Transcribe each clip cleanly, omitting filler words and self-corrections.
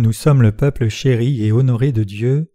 Nous sommes le peuple chéri et honoré de Dieu.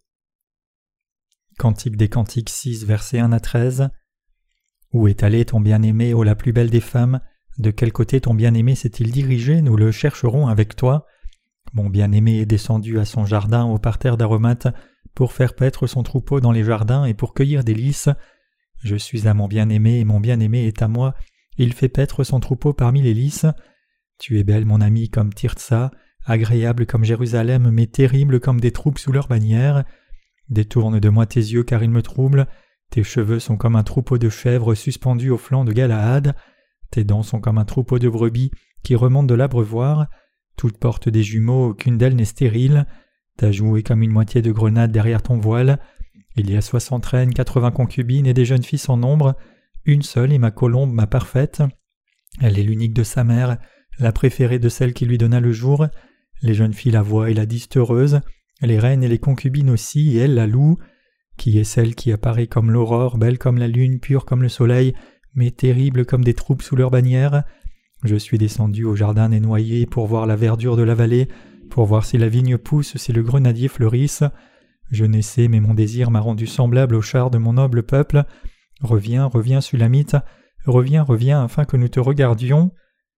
Cantique des Cantiques 6, versets 1 à 13. Où est allé ton bien-aimé, ô la plus belle des femmes? De quel côté ton bien-aimé s'est-il dirigé? Nous le chercherons avec toi. Mon bien-aimé est descendu à son jardin au parterre d'aromates pour faire paître son troupeau dans les jardins et pour cueillir des lys. Je suis à mon bien-aimé et mon bien-aimé est à moi. Il fait paître son troupeau parmi les lys. Tu es belle, mon ami, comme Tirtsa, agréable comme Jérusalem, mais terrible comme des troupes sous leur bannière. Détourne de moi tes yeux, car ils me troublent. Tes cheveux sont comme un troupeau de chèvres suspendus au flanc de Galaad. Tes dents sont comme un troupeau de brebis qui remontent de l'abreuvoir. Toutes portent des jumeaux, aucune d'elles n'est stérile. Ta joue est comme une moitié de grenade derrière ton voile. Il y a 60 reines, 80 concubines et des jeunes filles sans nombre. Une seule est ma colombe, ma parfaite. Elle est l'unique de sa mère, la préférée de celle qui lui donna le jour. Les jeunes filles la voient et la disent heureuse. Les reines et les concubines aussi, et elles la louent. Qui est celle qui apparaît comme l'aurore, belle comme la lune, pure comme le soleil, mais terrible comme des troupes sous leur bannière? Je suis descendu au jardin des noyers pour voir la verdure de la vallée, pour voir si la vigne pousse, si le grenadier fleurisse. Je naissais, mais mon désir m'a rendu semblable au char de mon noble peuple. Reviens, reviens, Sulamite, reviens, reviens, afin que nous te regardions.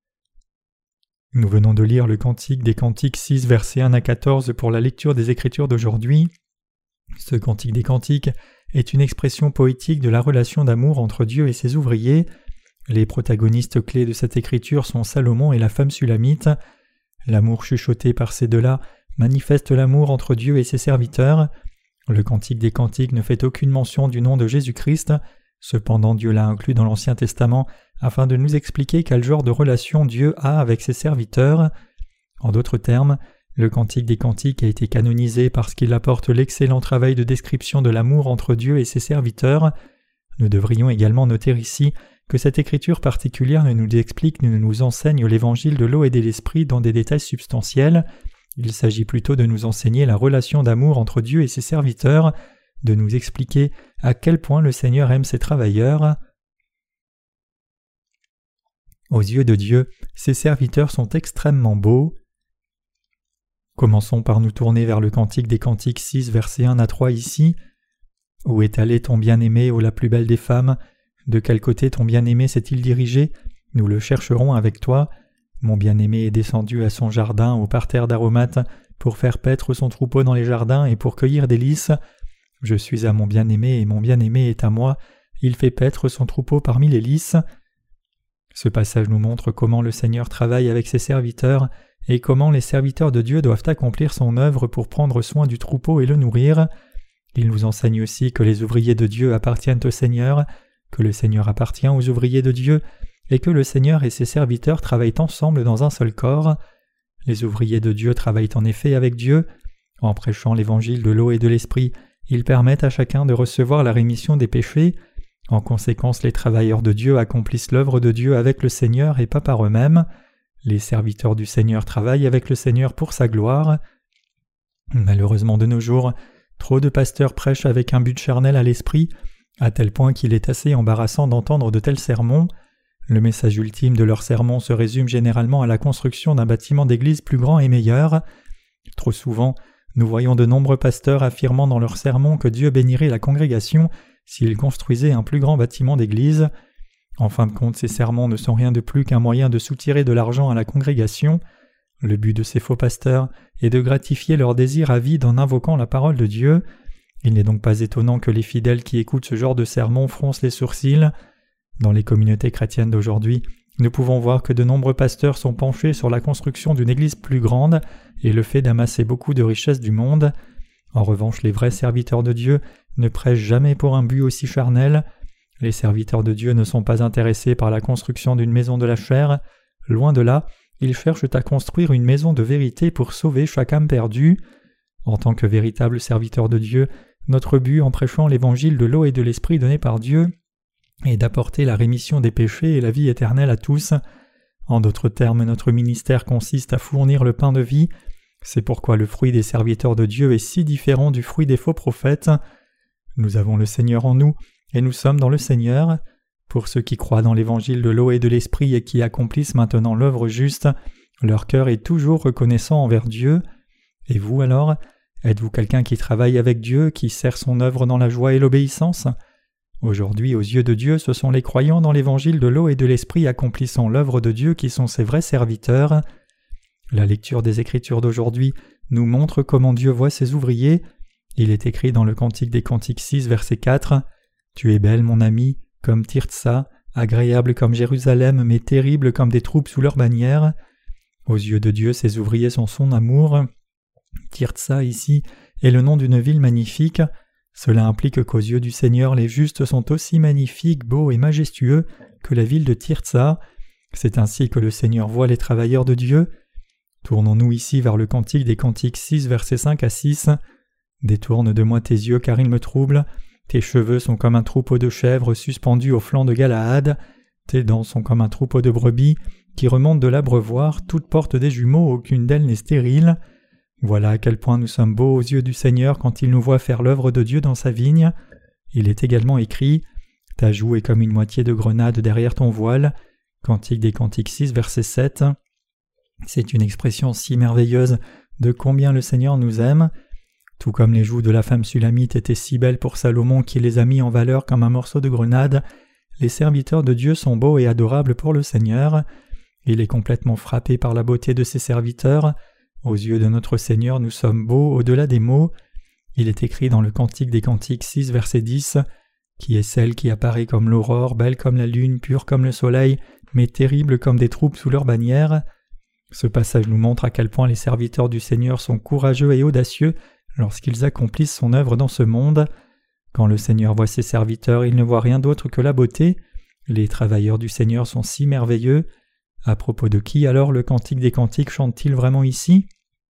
Nous venons de lire le Cantique des Cantiques 6, versets 1 à 14 pour la lecture des Écritures d'aujourd'hui. Ce Cantique des Cantiques est une expression poétique de la relation d'amour entre Dieu et ses ouvriers. Les protagonistes clés de cette écriture sont Salomon et la femme Sulamite. L'amour chuchoté par ces deux-là manifeste l'amour entre Dieu et ses serviteurs. Le Cantique des Cantiques ne fait aucune mention du nom de Jésus-Christ. Cependant, Dieu l'a inclus dans l'Ancien Testament afin de nous expliquer quel genre de relation Dieu a avec ses serviteurs. En d'autres termes, le Cantique des Cantiques a été canonisé parce qu'il apporte l'excellent travail de description de l'amour entre Dieu et ses serviteurs. Nous devrions également noter ici que cette écriture particulière ne nous explique ni ne nous enseigne l'évangile de l'eau et de l'esprit dans des détails substantiels. Il s'agit plutôt de nous enseigner la relation d'amour entre Dieu et ses serviteurs, de nous expliquer à quel point le Seigneur aime ses travailleurs. Aux yeux de Dieu, ses serviteurs sont extrêmement beaux. Commençons par nous tourner vers le Cantique des Cantiques 6, versets 1 à 3 ici. Où est allé ton bien-aimé, ô la plus belle des femmes? De quel côté ton bien-aimé s'est-il dirigé? Nous le chercherons avec toi. Mon bien-aimé est descendu à son jardin au parterre d'aromates pour faire paître son troupeau dans les jardins et pour cueillir des lys. Je suis à mon bien-aimé et mon bien-aimé est à moi. Il fait paître son troupeau parmi les lys. Ce passage nous montre comment le Seigneur travaille avec ses serviteurs et comment les serviteurs de Dieu doivent accomplir son œuvre pour prendre soin du troupeau et le nourrir. Il nous enseigne aussi que les ouvriers de Dieu appartiennent au Seigneur, que le Seigneur appartient aux ouvriers de Dieu, et que le Seigneur et ses serviteurs travaillent ensemble dans un seul corps. Les ouvriers de Dieu travaillent en effet avec Dieu. En prêchant l'évangile de l'eau et de l'esprit, ils permettent à chacun de recevoir la rémission des péchés. En conséquence, les travailleurs de Dieu accomplissent l'œuvre de Dieu avec le Seigneur et pas par eux-mêmes. Les serviteurs du Seigneur travaillent avec le Seigneur pour sa gloire. Malheureusement de nos jours, trop de pasteurs prêchent avec un but charnel à l'esprit, à tel point qu'il est assez embarrassant d'entendre de tels sermons. Le message ultime de leurs sermons se résume généralement à la construction d'un bâtiment d'église plus grand et meilleur. Trop souvent, nous voyons de nombreux pasteurs affirmant dans leurs sermons que Dieu bénirait la congrégation s'ils construisaient un plus grand bâtiment d'église. En fin de compte, ces sermons ne sont rien de plus qu'un moyen de soutirer de l'argent à la congrégation. Le but de ces faux pasteurs est de gratifier leur désir avide en invoquant la parole de Dieu. Il n'est donc pas étonnant que les fidèles qui écoutent ce genre de sermons froncent les sourcils. Dans les communautés chrétiennes d'aujourd'hui, nous pouvons voir que de nombreux pasteurs sont penchés sur la construction d'une église plus grande et le fait d'amasser beaucoup de richesses du monde. En revanche, les vrais serviteurs de Dieu ne prêchent jamais pour un but aussi charnel. Les serviteurs de Dieu ne sont pas intéressés par la construction d'une maison de la chair. Loin de là, ils cherchent à construire une maison de vérité pour sauver chaque âme perdue. En tant que véritables serviteurs de Dieu, notre but en prêchant l'évangile de l'eau et de l'esprit donné par Dieu est d'apporter la rémission des péchés et la vie éternelle à tous. En d'autres termes, notre ministère consiste à fournir le pain de vie. C'est pourquoi le fruit des serviteurs de Dieu est si différent du fruit des faux prophètes. Nous avons le Seigneur en nous, et nous sommes dans le Seigneur. Pour ceux qui croient dans l'évangile de l'eau et de l'esprit et qui accomplissent maintenant l'œuvre juste, leur cœur est toujours reconnaissant envers Dieu. Et vous alors, êtes-vous quelqu'un qui travaille avec Dieu, qui sert son œuvre dans la joie et l'obéissance ? Aujourd'hui, aux yeux de Dieu, ce sont les croyants dans l'évangile de l'eau et de l'esprit accomplissant l'œuvre de Dieu qui sont ses vrais serviteurs. La lecture des Écritures d'aujourd'hui nous montre comment Dieu voit ses ouvriers. Il est écrit dans le Cantique des Cantiques 6, verset 4 « Tu es belle, mon ami, comme Tirtsa, agréable comme Jérusalem, mais terrible comme des troupes sous leur bannière. » Aux yeux de Dieu, ses ouvriers sont son amour. Tirtsa, ici, est le nom d'une ville magnifique. Cela implique qu'aux yeux du Seigneur, les justes sont aussi magnifiques, beaux et majestueux que la ville de Tirtsa. C'est ainsi que le Seigneur voit les travailleurs de Dieu. Tournons-nous ici vers le Cantique des Cantiques 6, versets 5 à 6. « Détourne de moi tes yeux, car ils me troublent. Tes cheveux sont comme un troupeau de chèvres suspendus au flanc de Galaad. Tes dents sont comme un troupeau de brebis qui remontent de l'abreuvoir. Toutes portent des jumeaux, aucune d'elles n'est stérile. Voilà à quel point nous sommes beaux aux yeux du Seigneur quand il nous voit faire l'œuvre de Dieu dans sa vigne. Il est également écrit « Ta joue est comme une moitié de grenade derrière ton voile. » Cantique des Cantiques 6, verset 7. C'est une expression si merveilleuse de combien le Seigneur nous aime. Tout comme les joues de la femme sulamite étaient si belles pour Salomon qui les a mis en valeur comme un morceau de grenade, les serviteurs de Dieu sont beaux et adorables pour le Seigneur. Il est complètement frappé par la beauté de ses serviteurs. Aux yeux de notre Seigneur, nous sommes beaux au-delà des mots. Il est écrit dans le Cantique des Cantiques 6, verset 10 « Qui est celle qui apparaît comme l'aurore, belle comme la lune, pure comme le soleil, mais terrible comme des troupes sous leur bannière ?» Ce passage nous montre à quel point les serviteurs du Seigneur sont courageux et audacieux lorsqu'ils accomplissent son œuvre dans ce monde. Quand le Seigneur voit ses serviteurs, il ne voit rien d'autre que la beauté. Les travailleurs du Seigneur sont si merveilleux. À propos de qui alors le Cantique des Cantiques chante-t-il vraiment ici ?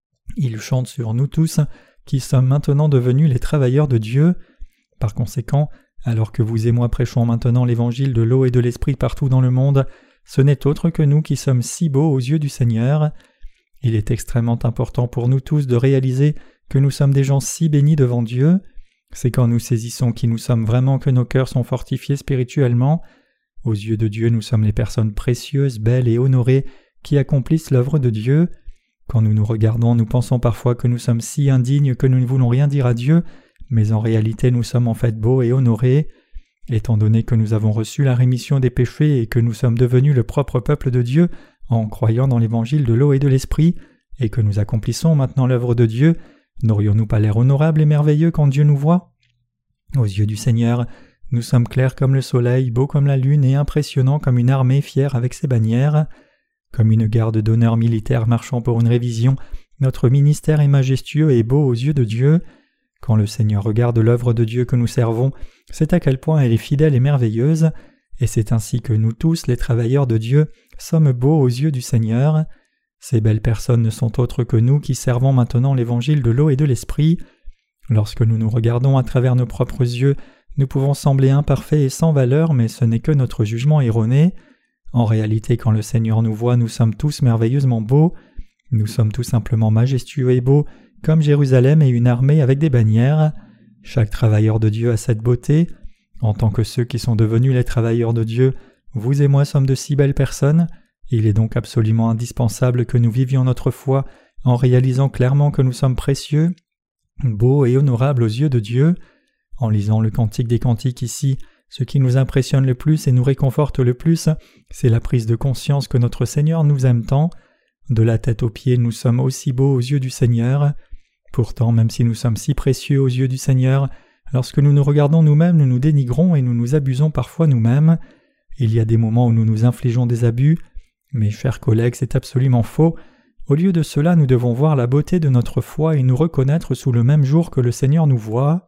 Il chante sur nous tous qui sommes maintenant devenus les travailleurs de Dieu. Par conséquent, alors que vous et moi prêchons maintenant l'évangile de l'eau et de l'esprit partout dans le monde, ce n'est autre que nous qui sommes si beaux aux yeux du Seigneur. Il est extrêmement important pour nous tous de réaliser que nous sommes des gens si bénis devant Dieu. C'est quand nous saisissons qui nous sommes vraiment que nos cœurs sont fortifiés spirituellement. Aux yeux de Dieu, nous sommes les personnes précieuses, belles et honorées qui accomplissent l'œuvre de Dieu. Quand nous nous regardons, nous pensons parfois que nous sommes si indignes que nous ne voulons rien dire à Dieu, mais en réalité nous sommes en fait beaux et honorés. Étant donné que nous avons reçu la rémission des péchés et que nous sommes devenus le propre peuple de Dieu en croyant dans l'évangile de l'eau et de l'esprit, et que nous accomplissons maintenant l'œuvre de Dieu, n'aurions-nous pas l'air honorables et merveilleux quand Dieu nous voit ? Aux yeux du Seigneur, nous sommes clairs comme le soleil, beaux comme la lune et impressionnants comme une armée fière avec ses bannières. Comme une garde d'honneur militaire marchant pour une révision, notre ministère est majestueux et beau aux yeux de Dieu. Quand le Seigneur regarde l'œuvre de Dieu que nous servons, c'est à quel point elle est fidèle et merveilleuse, et c'est ainsi que nous tous, les travailleurs de Dieu, sommes beaux aux yeux du Seigneur. Ces belles personnes ne sont autres que nous qui servons maintenant l'évangile de l'eau et de l'esprit. Lorsque nous nous regardons à travers nos propres yeux, nous pouvons sembler imparfaits et sans valeur, mais ce n'est que notre jugement erroné. En réalité, quand le Seigneur nous voit, nous sommes tous merveilleusement beaux. Nous sommes tout simplement majestueux et beaux, comme Jérusalem et une armée avec des bannières. Chaque travailleur de Dieu a cette beauté. En tant que ceux qui sont devenus les travailleurs de Dieu, vous et moi sommes de si belles personnes. Il est donc absolument indispensable que nous vivions notre foi en réalisant clairement que nous sommes précieux, beaux et honorables aux yeux de Dieu. En lisant le Cantique des Cantiques ici, ce qui nous impressionne le plus et nous réconforte le plus, c'est la prise de conscience que notre Seigneur nous aime tant. De la tête aux pieds, nous sommes aussi beaux aux yeux du Seigneur. Pourtant, même si nous sommes si précieux aux yeux du Seigneur, lorsque nous nous regardons nous-mêmes, nous nous dénigrons et nous nous abusons parfois nous-mêmes. Il y a des moments où nous nous infligeons des abus. Mes chers collègues, c'est absolument faux. Au lieu de cela, nous devons voir la beauté de notre foi et nous reconnaître sous le même jour que le Seigneur nous voit.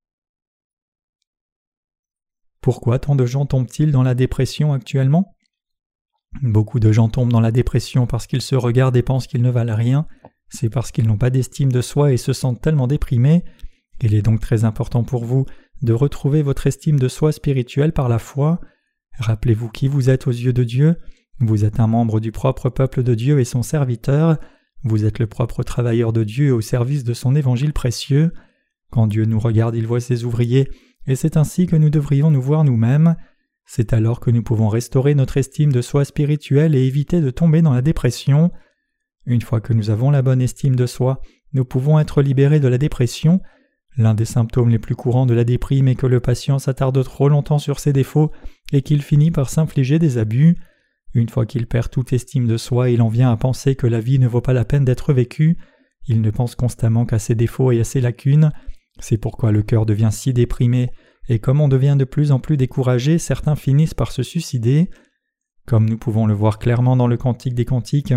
Pourquoi tant de gens tombent-ils dans la dépression actuellement ? Beaucoup de gens tombent dans la dépression parce qu'ils se regardent et pensent qu'ils ne valent rien. C'est parce qu'ils n'ont pas d'estime de soi et se sentent tellement déprimés. Il est donc très important pour vous de retrouver votre estime de soi spirituelle par la foi. Rappelez-vous qui vous êtes aux yeux de Dieu. Vous êtes un membre du propre peuple de Dieu et son serviteur. Vous êtes le propre travailleur de Dieu au service de son évangile précieux. Quand Dieu nous regarde, il voit ses ouvriers, et c'est ainsi que nous devrions nous voir nous-mêmes. C'est alors que nous pouvons restaurer notre estime de soi spirituelle et éviter de tomber dans la dépression. Une fois que nous avons la bonne estime de soi, nous pouvons être libérés de la dépression. L'un des symptômes les plus courants de la déprime est que le patient s'attarde trop longtemps sur ses défauts et qu'il finit par s'infliger des abus. Une fois qu'il perd toute estime de soi, il en vient à penser que la vie ne vaut pas la peine d'être vécue. Il ne pense constamment qu'à ses défauts et à ses lacunes. C'est pourquoi le cœur devient si déprimé, et comme on devient de plus en plus découragé, certains finissent par se suicider. Comme nous pouvons le voir clairement dans le Cantique des Cantiques,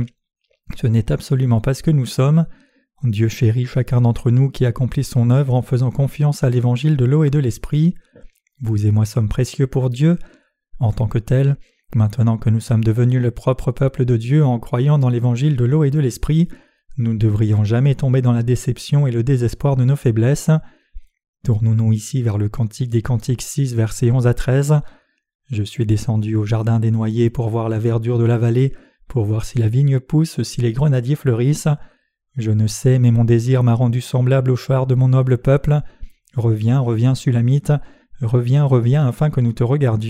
ce n'est absolument pas ce que nous sommes. Dieu chérit chacun d'entre nous qui accomplit son œuvre en faisant confiance à l'évangile de l'eau et de l'esprit. Vous et moi sommes précieux pour Dieu. En tant que tels, maintenant que nous sommes devenus le propre peuple de Dieu en croyant dans l'évangile de l'eau et de l'esprit, nous ne devrions jamais tomber dans la déception et le désespoir de nos faiblesses. Tournons-nous ici vers le Cantique des Cantiques 6, versets 11 à 13. « Je suis descendu au jardin des noyers pour voir la verdure de la vallée, pour voir si la vigne pousse, si les grenadiers fleurissent. Je ne sais, mais mon désir m'a rendu semblable au char de mon noble peuple. Reviens, reviens, Sulamite, reviens, reviens, afin que nous te regardions. »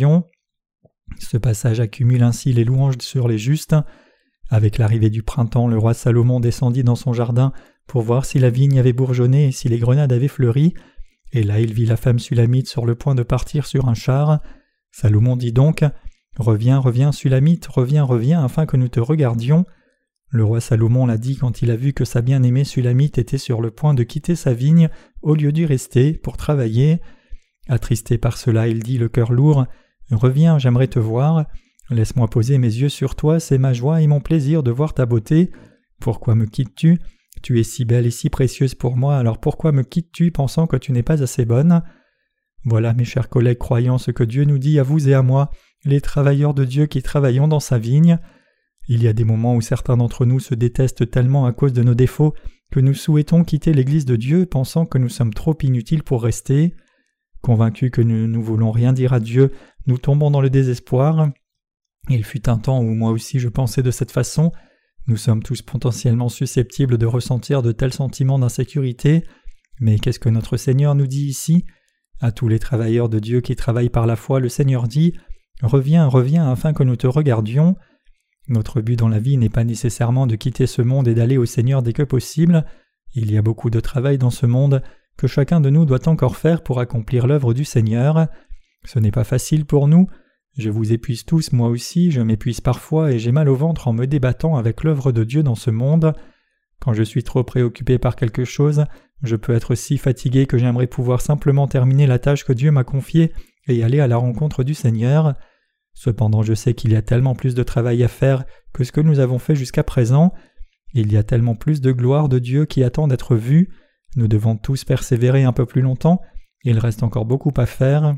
Ce passage accumule ainsi les louanges sur les justes. Avec l'arrivée du printemps, le roi Salomon descendit dans son jardin pour voir si la vigne avait bourgeonné et si les grenades avaient fleuri. Et là il vit la femme Sulamite sur le point de partir sur un char. Salomon dit donc « Reviens, reviens, Sulamite, reviens, reviens, afin que nous te regardions. » Le roi Salomon l'a dit quand il a vu que sa bien-aimée Sulamite était sur le point de quitter sa vigne au lieu d'y rester pour travailler. Attristé par cela, il dit le cœur lourd « Reviens, j'aimerais te voir. Laisse-moi poser mes yeux sur toi, c'est ma joie et mon plaisir de voir ta beauté. Pourquoi me quittes-tu ? Tu es si belle et si précieuse pour moi, alors pourquoi me quittes-tu pensant que tu n'es pas assez bonne ?» Voilà, mes chers collègues croyants, ce que Dieu nous dit à vous et à moi, les travailleurs de Dieu qui travaillons dans sa vigne. Il y a des moments où certains d'entre nous se détestent tellement à cause de nos défauts que nous souhaitons quitter l'Église de Dieu pensant que nous sommes trop inutiles pour rester. Convaincus que nous ne voulons rien dire à Dieu, nous tombons dans le désespoir. Il fut un temps où moi aussi je pensais de cette façon. Nous sommes tous potentiellement susceptibles de ressentir de tels sentiments d'insécurité. Mais qu'est-ce que notre Seigneur nous dit ici ? À tous les travailleurs de Dieu qui travaillent par la foi, le Seigneur dit « Reviens, reviens, afin que nous te regardions. » Notre but dans la vie n'est pas nécessairement de quitter ce monde et d'aller au Seigneur dès que possible. Il y a beaucoup de travail dans ce monde que chacun de nous doit encore faire pour accomplir l'œuvre du Seigneur. Ce n'est pas facile pour nous. Je vous épuise tous, moi aussi, je m'épuise parfois et j'ai mal au ventre en me débattant avec l'œuvre de Dieu dans ce monde. Quand je suis trop préoccupé par quelque chose, je peux être si fatigué que j'aimerais pouvoir simplement terminer la tâche que Dieu m'a confiée et aller à la rencontre du Seigneur. Cependant, je sais qu'il y a tellement plus de travail à faire que ce que nous avons fait jusqu'à présent. Il y a tellement plus de gloire de Dieu qui attend d'être vue. Nous devons tous persévérer un peu plus longtemps. Il reste encore beaucoup à faire.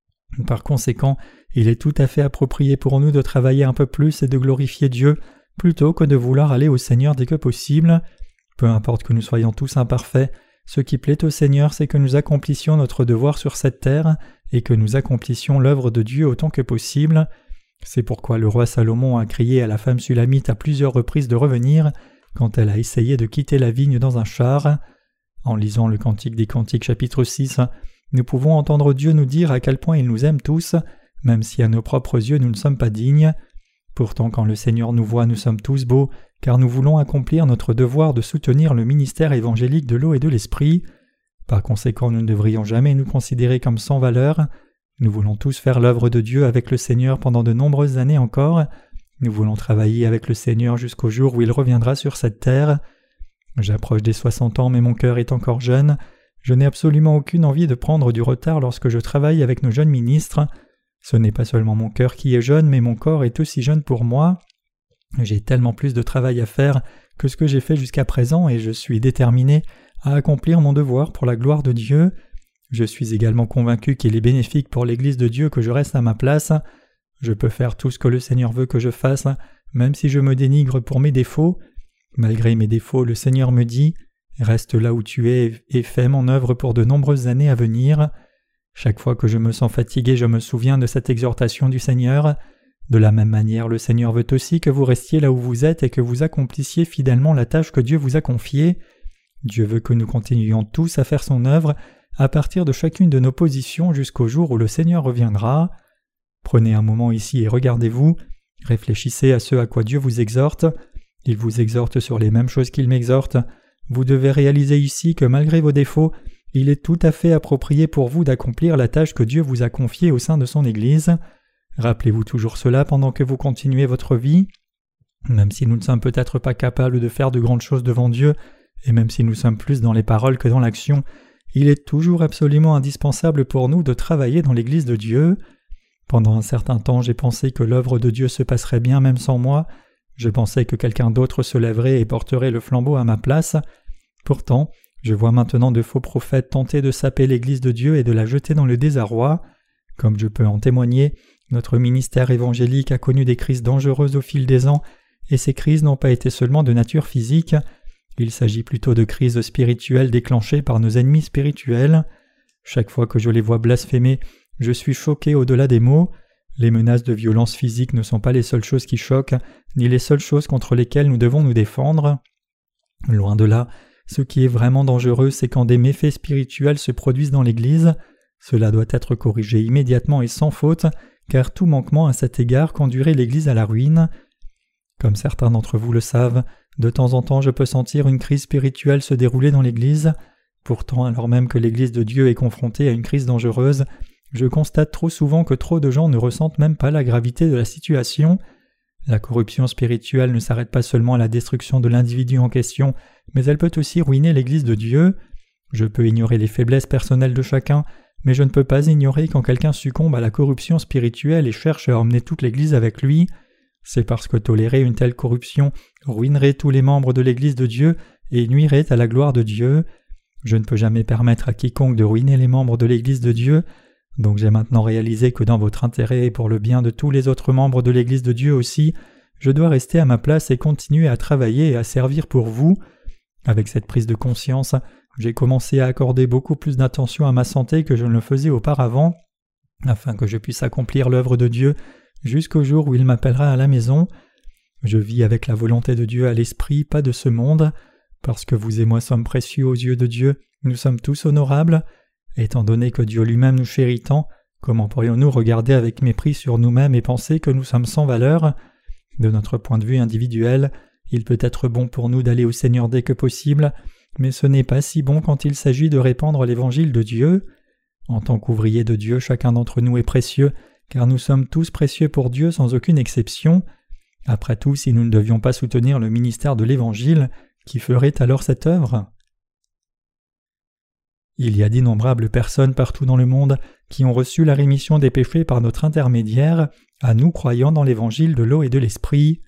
Par conséquent, il est tout à fait approprié pour nous de travailler un peu plus et de glorifier Dieu plutôt que de vouloir aller au Seigneur dès que possible. Peu importe que nous soyons tous imparfaits, ce qui plaît au Seigneur, c'est que nous accomplissions notre devoir sur cette terre et que nous accomplissions l'œuvre de Dieu autant que possible. C'est pourquoi le roi Salomon a crié à la femme Sulamite à plusieurs reprises de revenir quand elle a essayé de quitter la vigne dans un char. En lisant le Cantique des Cantiques chapitre 6, nous pouvons entendre Dieu nous dire à quel point il nous aime tous, même si à nos propres yeux nous ne sommes pas dignes. Pourtant, quand le Seigneur nous voit, nous sommes tous beaux, car nous voulons accomplir notre devoir de soutenir le ministère évangélique de l'eau et de l'esprit. Par conséquent, nous ne devrions jamais nous considérer comme sans valeur. Nous voulons tous faire l'œuvre de Dieu avec le Seigneur pendant de nombreuses années encore. Nous voulons travailler avec le Seigneur jusqu'au jour où il reviendra sur cette terre. J'approche des 60 ans, mais mon cœur est encore jeune. Je n'ai absolument aucune envie de prendre du retard lorsque je travaille avec nos jeunes ministres. Ce n'est pas seulement mon cœur qui est jeune, mais mon corps est aussi jeune pour moi. J'ai tellement plus de travail à faire que ce que j'ai fait jusqu'à présent et je suis déterminé à accomplir mon devoir pour la gloire de Dieu. Je suis également convaincu qu'il est bénéfique pour l'Église de Dieu que je reste à ma place. Je peux faire tout ce que le Seigneur veut que je fasse, même si je me dénigre pour mes défauts. Malgré mes défauts, le Seigneur me dit « Reste là où tu es et fais mon œuvre pour de nombreuses années à venir. » Chaque fois que je me sens fatigué, je me souviens de cette exhortation du Seigneur. De la même manière, le Seigneur veut aussi que vous restiez là où vous êtes et que vous accomplissiez fidèlement la tâche que Dieu vous a confiée. Dieu veut que nous continuions tous à faire son œuvre à partir de chacune de nos positions jusqu'au jour où le Seigneur reviendra. Prenez un moment ici et regardez-vous. Réfléchissez à ce à quoi Dieu vous exhorte. Il vous exhorte sur les mêmes choses qu'il m'exhorte. Vous devez réaliser ici que malgré vos défauts, il est tout à fait approprié pour vous d'accomplir la tâche que Dieu vous a confiée au sein de son Église. Rappelez-vous toujours cela pendant que vous continuez votre vie. Même si nous ne sommes peut-être pas capables de faire de grandes choses devant Dieu, et même si nous sommes plus dans les paroles que dans l'action, il est toujours absolument indispensable pour nous de travailler dans l'Église de Dieu. Pendant un certain temps, j'ai pensé que l'œuvre de Dieu se passerait bien même sans moi. Je pensais que quelqu'un d'autre se lèverait et porterait le flambeau à ma place. Pourtant, je vois maintenant de faux prophètes tenter de saper l'Église de Dieu et de la jeter dans le désarroi. Comme je peux en témoigner, notre ministère évangélique a connu des crises dangereuses au fil des ans, et ces crises n'ont pas été seulement de nature physique. Il s'agit plutôt de crises spirituelles déclenchées par nos ennemis spirituels. Chaque fois que je les vois blasphémer, je suis choqué au-delà des mots. Les menaces de violence physique ne sont pas les seules choses qui choquent, ni les seules choses contre lesquelles nous devons nous défendre. Loin de là, ce qui est vraiment dangereux, c'est quand des méfaits spirituels se produisent dans l'Église. Cela doit être corrigé immédiatement et sans faute, car tout manquement à cet égard conduirait l'Église à la ruine. Comme certains d'entre vous le savent, de temps en temps je peux sentir une crise spirituelle se dérouler dans l'Église. Pourtant, alors même que l'Église de Dieu est confrontée à une crise dangereuse, je constate trop souvent que trop de gens ne ressentent même pas la gravité de la situation. La corruption spirituelle ne s'arrête pas seulement à la destruction de l'individu en question, mais elle peut aussi ruiner l'Église de Dieu. Je peux ignorer les faiblesses personnelles de chacun, mais je ne peux pas ignorer quand quelqu'un succombe à la corruption spirituelle et cherche à emmener toute l'Église avec lui. C'est parce que tolérer une telle corruption ruinerait tous les membres de l'Église de Dieu et nuirait à la gloire de Dieu. Je ne peux jamais permettre à quiconque de ruiner les membres de l'Église de Dieu. Donc j'ai maintenant réalisé que dans votre intérêt et pour le bien de tous les autres membres de l'Église de Dieu aussi, je dois rester à ma place et continuer à travailler et à servir pour vous. Avec cette prise de conscience, j'ai commencé à accorder beaucoup plus d'attention à ma santé que je ne le faisais auparavant, afin que je puisse accomplir l'œuvre de Dieu jusqu'au jour où il m'appellera à la maison. Je vis avec la volonté de Dieu à l'esprit, pas de ce monde. Parce que vous et moi sommes précieux aux yeux de Dieu, nous sommes tous honorables. Étant donné que Dieu lui-même nous chérit tant, comment pourrions-nous regarder avec mépris sur nous-mêmes et penser que nous sommes sans valeur? De notre point de vue individuel, il peut être bon pour nous d'aller au Seigneur dès que possible, mais ce n'est pas si bon quand il s'agit de répandre l'évangile de Dieu. En tant qu'ouvriers de Dieu, chacun d'entre nous est précieux, car nous sommes tous précieux pour Dieu sans aucune exception. Après tout, si nous ne devions pas soutenir le ministère de l'Évangile, qui ferait alors cette œuvre? Il y a d'innombrables personnes partout dans le monde qui ont reçu la rémission des péchés par notre intermédiaire, à nous croyant dans l'Évangile de l'eau et de l'Esprit.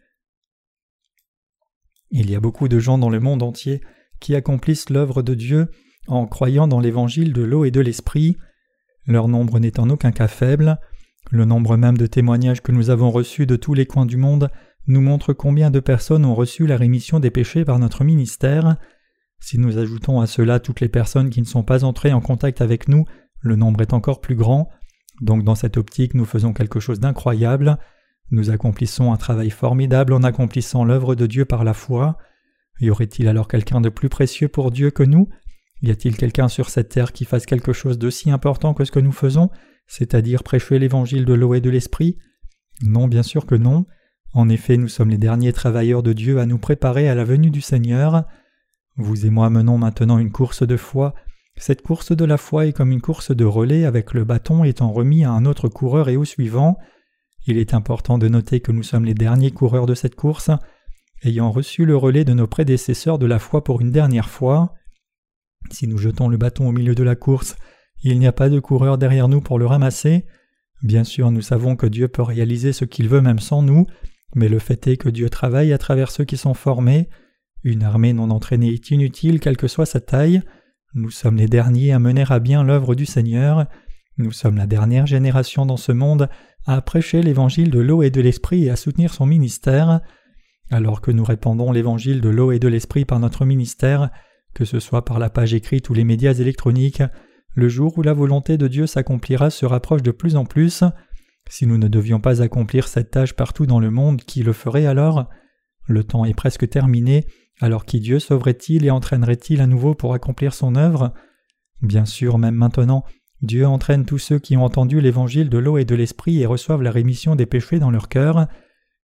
Il y a beaucoup de gens dans le monde entier qui accomplissent l'œuvre de Dieu en croyant dans l'Évangile de l'eau et de l'Esprit. Leur nombre n'est en aucun cas faible. Le nombre même de témoignages que nous avons reçus de tous les coins du monde nous montre combien de personnes ont reçu la rémission des péchés par notre ministère. Si nous ajoutons à cela toutes les personnes qui ne sont pas entrées en contact avec nous, le nombre est encore plus grand. Donc dans cette optique, nous faisons quelque chose d'incroyable. Nous accomplissons un travail formidable en accomplissant l'œuvre de Dieu par la foi. Y aurait-il alors quelqu'un de plus précieux pour Dieu que nous? Y a-t-il quelqu'un sur cette terre qui fasse quelque chose d'aussi important que ce que nous faisons, c'est-à-dire prêcher l'évangile de l'eau et de l'esprit? Non, bien sûr que non. En effet, nous sommes les derniers travailleurs de Dieu à nous préparer à la venue du Seigneur. Vous et moi menons maintenant une course de foi. Cette course de la foi est comme une course de relais avec le bâton étant remis à un autre coureur et au suivant. Il est important de noter que nous sommes les derniers coureurs de cette course, ayant reçu le relais de nos prédécesseurs de la foi pour une dernière fois. Si nous jetons le bâton au milieu de la course, il n'y a pas de coureur derrière nous pour le ramasser. Bien sûr, nous savons que Dieu peut réaliser ce qu'il veut même sans nous, mais le fait est que Dieu travaille à travers ceux qui sont formés. Une armée non entraînée est inutile, quelle que soit sa taille. Nous sommes les derniers à mener à bien l'œuvre du Seigneur. Nous sommes la dernière génération dans ce monde à prêcher l'évangile de l'eau et de l'esprit et à soutenir son ministère. Alors que nous répandons l'évangile de l'eau et de l'esprit par notre ministère, que ce soit par la page écrite ou les médias électroniques, le jour où la volonté de Dieu s'accomplira se rapproche de plus en plus. Si nous ne devions pas accomplir cette tâche partout dans le monde, qui le ferait alors? Le temps est presque terminé, alors qui Dieu sauverait-il et entraînerait-il à nouveau pour accomplir son œuvre? Bien sûr, même maintenant, Dieu entraîne tous ceux qui ont entendu l'évangile de l'eau et de l'esprit et reçoivent la rémission des péchés dans leur cœur.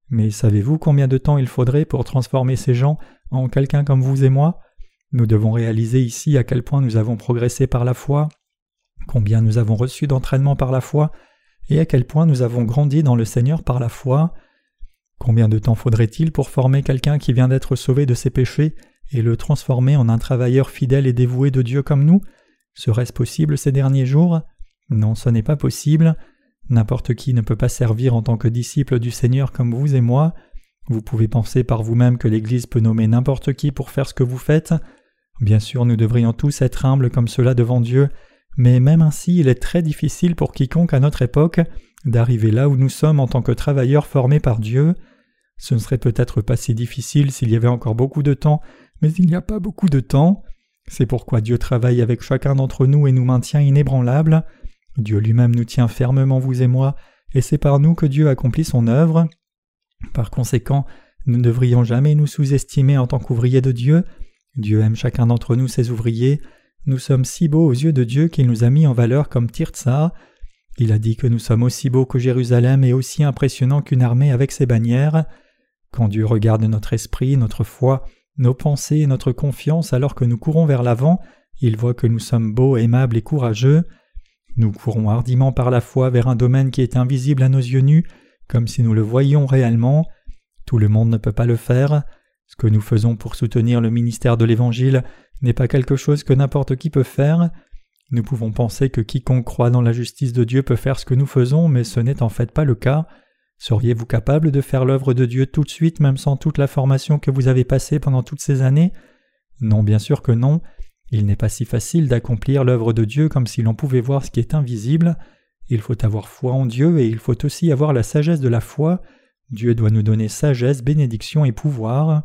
Mais savez-vous combien de temps il faudrait pour transformer ces gens en quelqu'un comme vous et moi ? Nous devons réaliser ici à quel point nous avons progressé par la foi, combien nous avons reçu d'entraînement par la foi, et à quel point nous avons grandi dans le Seigneur par la foi. Combien de temps faudrait-il pour former quelqu'un qui vient d'être sauvé de ses péchés et le transformer en un travailleur fidèle et dévoué de Dieu comme nous ? Serait-ce possible ces derniers jours ? Non, ce n'est pas possible. N'importe qui ne peut pas servir en tant que disciple du Seigneur comme vous et moi. Vous pouvez penser par vous-même que l'Église peut nommer n'importe qui pour faire ce que vous faites. Bien sûr, nous devrions tous être humbles comme cela devant Dieu, mais même ainsi, il est très difficile pour quiconque à notre époque d'arriver là où nous sommes en tant que travailleurs formés par Dieu. Ce ne serait peut-être pas si difficile s'il y avait encore beaucoup de temps, mais il n'y a pas beaucoup de temps. C'est pourquoi Dieu travaille avec chacun d'entre nous et nous maintient inébranlables. Dieu lui-même nous tient fermement, vous et moi, et c'est par nous que Dieu accomplit son œuvre. Par conséquent, nous ne devrions jamais nous sous-estimer en tant qu'ouvriers de Dieu. Dieu aime chacun d'entre nous, ses ouvriers. Nous sommes si beaux aux yeux de Dieu qu'il nous a mis en valeur comme Tirtsa. Il a dit que nous sommes aussi beaux que Jérusalem et aussi impressionnants qu'une armée avec ses bannières. Quand Dieu regarde notre esprit, notre foi, nos pensées et notre confiance alors que nous courons vers l'avant, il voit que nous sommes beaux, aimables et courageux. Nous courons hardiment par la foi vers un domaine qui est invisible à nos yeux nus, comme si nous le voyions réellement. Tout le monde ne peut pas le faire. Ce que nous faisons pour soutenir le ministère de l'Évangile n'est pas quelque chose que n'importe qui peut faire. Nous pouvons penser que quiconque croit dans la justice de Dieu peut faire ce que nous faisons, mais ce n'est en fait pas le cas. Seriez-vous capable de faire l'œuvre de Dieu tout de suite, même sans toute la formation que vous avez passée pendant toutes ces années ? Non, bien sûr que non. Il n'est pas si facile d'accomplir l'œuvre de Dieu comme si l'on pouvait voir ce qui est invisible. Il faut avoir foi en Dieu et il faut aussi avoir la sagesse de la foi. Dieu doit nous donner sagesse, bénédiction et pouvoir.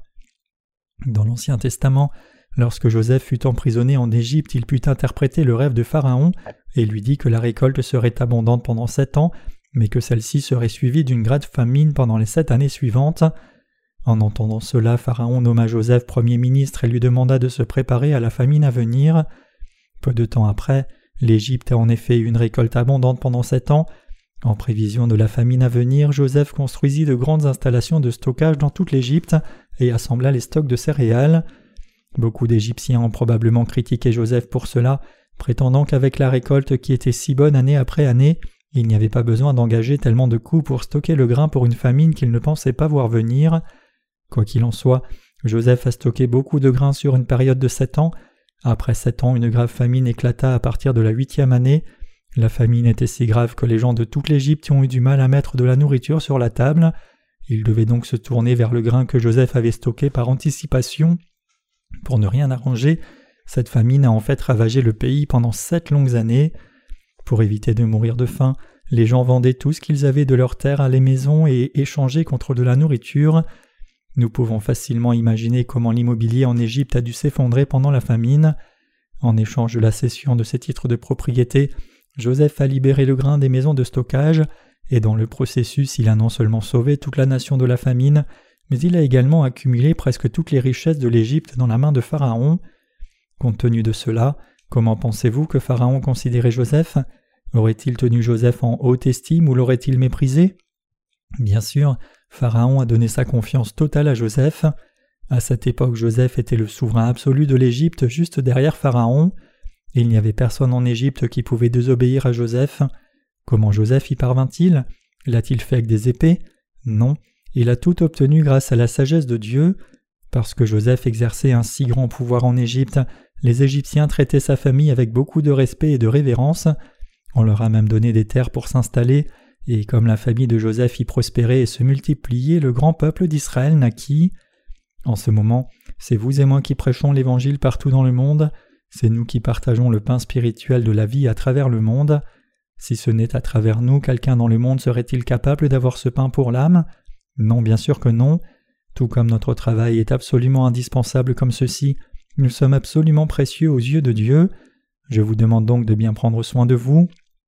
Dans l'Ancien Testament, lorsque Joseph fut emprisonné en Égypte, il put interpréter le rêve de Pharaon et lui dit que la récolte serait abondante pendant 7 ans, mais que celle-ci serait suivie d'une grave famine pendant les 7 années suivantes. En entendant cela, Pharaon nomma Joseph premier ministre et lui demanda de se préparer à la famine à venir. Peu de temps après, l'Égypte a en effet eu une récolte abondante pendant 7 ans. En prévision de la famine à venir, Joseph construisit de grandes installations de stockage dans toute l'Égypte et assembla les stocks de céréales. Beaucoup d'Égyptiens ont probablement critiqué Joseph pour cela, prétendant qu'avec la récolte qui était si bonne année après année, il n'y avait pas besoin d'engager tellement de coûts pour stocker le grain pour une famine qu'il ne pensait pas voir venir. Quoi qu'il en soit, Joseph a stocké beaucoup de grains sur une période de 7 ans. Après 7 ans, une grave famine éclata à partir de la 8e année. La famine était si grave que les gens de toute l'Égypte ont eu du mal à mettre de la nourriture sur la table. Ils devaient donc se tourner vers le grain que Joseph avait stocké par anticipation. Pour ne rien arranger, cette famine a en fait ravagé le pays pendant 7 longues années. Pour éviter de mourir de faim, les gens vendaient tout ce qu'ils avaient de leurs terres à les maisons et échangeaient contre de la nourriture. Nous pouvons facilement imaginer comment l'immobilier en Égypte a dû s'effondrer pendant la famine. En échange de la cession de ces titres de propriété, Joseph a libéré le grain des maisons de stockage, et dans le processus il a non seulement sauvé toute la nation de la famine, mais il a également accumulé presque toutes les richesses de l'Égypte dans la main de Pharaon. Compte tenu de cela, comment pensez-vous que Pharaon considérait Joseph ? Aurait-il tenu Joseph en haute estime ou l'aurait-il méprisé ? Bien sûr, Pharaon a donné sa confiance totale à Joseph. À cette époque, Joseph était le souverain absolu de l'Égypte juste derrière Pharaon. Il n'y avait personne en Égypte qui pouvait désobéir à Joseph. Comment Joseph y parvint-il ? L'a-t-il fait avec des épées ? Non, il a tout obtenu grâce à la sagesse de Dieu. Parce que Joseph exerçait un si grand pouvoir en Égypte, les Égyptiens traitaient sa famille avec beaucoup de respect et de révérence. On leur a même donné des terres pour s'installer, et comme la famille de Joseph y prospérait et se multipliait, le grand peuple d'Israël naquit. En ce moment, c'est vous et moi qui prêchons l'Évangile partout dans le monde. C'est nous qui partageons le pain spirituel de la vie à travers le monde. Si ce n'est à travers nous, quelqu'un dans le monde serait-il capable d'avoir ce pain pour l'âme ? Non, bien sûr que non. Tout comme notre travail est absolument indispensable comme ceci, nous sommes absolument précieux aux yeux de Dieu. Je vous demande donc de bien prendre soin de vous.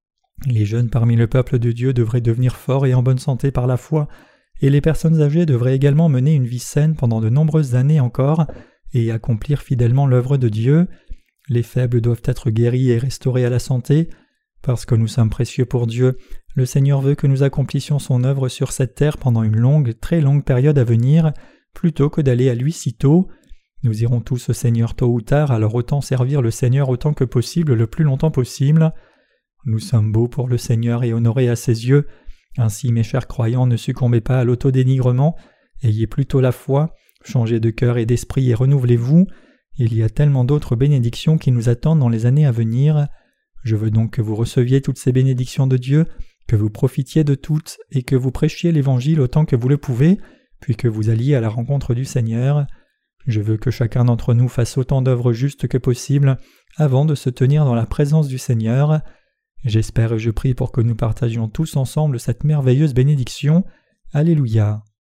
Les jeunes parmi le peuple de Dieu devraient devenir forts et en bonne santé par la foi, et les personnes âgées devraient également mener une vie saine pendant de nombreuses années encore et accomplir fidèlement l'œuvre de Dieu. Les faibles doivent être guéris et restaurés à la santé. Parce que nous sommes précieux pour Dieu, le Seigneur veut que nous accomplissions son œuvre sur cette terre pendant une longue, très longue période à venir, plutôt que d'aller à lui si tôt. Nous irons tous au Seigneur tôt ou tard, alors autant servir le Seigneur autant que possible, le plus longtemps possible. Nous sommes beaux pour le Seigneur et honorés à ses yeux. Ainsi, mes chers croyants, ne succombez pas à l'autodénigrement, ayez plutôt la foi, changez de cœur et d'esprit et renouvelez-vous. Il y a tellement d'autres bénédictions qui nous attendent dans les années à venir. Je veux donc que vous receviez toutes ces bénédictions de Dieu, que vous profitiez de toutes et que vous prêchiez l'Évangile autant que vous le pouvez, puis que vous alliez à la rencontre du Seigneur. Je veux que chacun d'entre nous fasse autant d'œuvres justes que possible avant de se tenir dans la présence du Seigneur. J'espère et je prie pour que nous partagions tous ensemble cette merveilleuse bénédiction. Alléluia.